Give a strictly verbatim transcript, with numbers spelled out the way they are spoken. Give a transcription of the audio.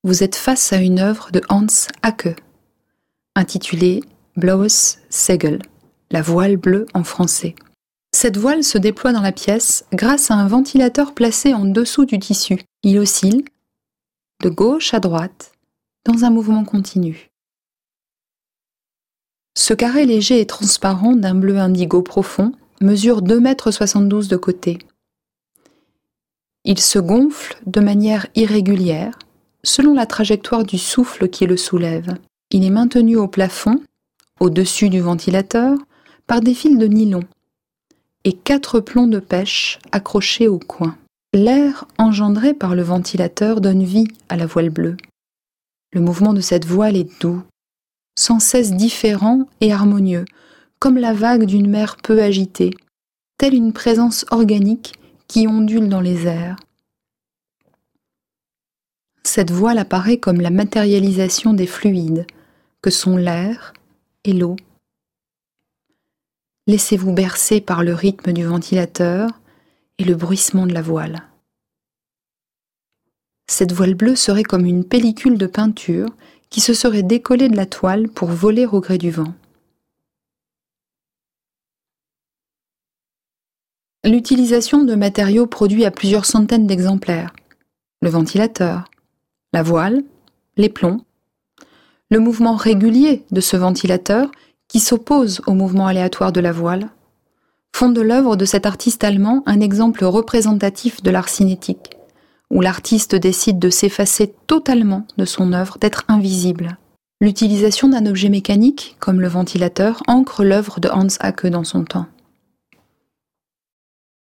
vous êtes face à une œuvre de Hans Hacke, intitulée Blaues Segel, la voile bleue en français. Cette voile se déploie dans la pièce grâce à un ventilateur placé en dessous du tissu. Il oscille, de gauche à droite, dans un mouvement continu. Ce carré léger et transparent d'un bleu indigo profond mesure deux mètres soixante-douze de côté. Il se gonfle de manière irrégulière, selon la trajectoire du souffle qui le soulève. Il est maintenu au plafond, au-dessus du ventilateur, par des fils de nylon et quatre plombs de pêche accrochés au coin. L'air engendré par le ventilateur donne vie à la voile bleue. Le mouvement de cette voile est doux, sans cesse différent et harmonieux, comme la vague d'une mer peu agitée, telle une présence organique qui ondule dans les airs. Cette voile apparaît comme la matérialisation des fluides, que sont l'air et l'eau. Laissez-vous bercer par le rythme du ventilateur et le bruissement de la voile. Cette voile bleue serait comme une pellicule de peinture qui se serait décollée de la toile pour voler au gré du vent. L'utilisation de matériaux produits à plusieurs centaines d'exemplaires, le ventilateur, la voile, les plombs, le mouvement régulier de ce ventilateur qui s'oppose au mouvement aléatoire de la voile, font de l'œuvre de cet artiste allemand un exemple représentatif de l'art cinétique, où l'artiste décide de s'effacer totalement de son œuvre, d'être invisible. L'utilisation d'un objet mécanique, comme le ventilateur, ancre l'œuvre de Hans Hacke dans son temps.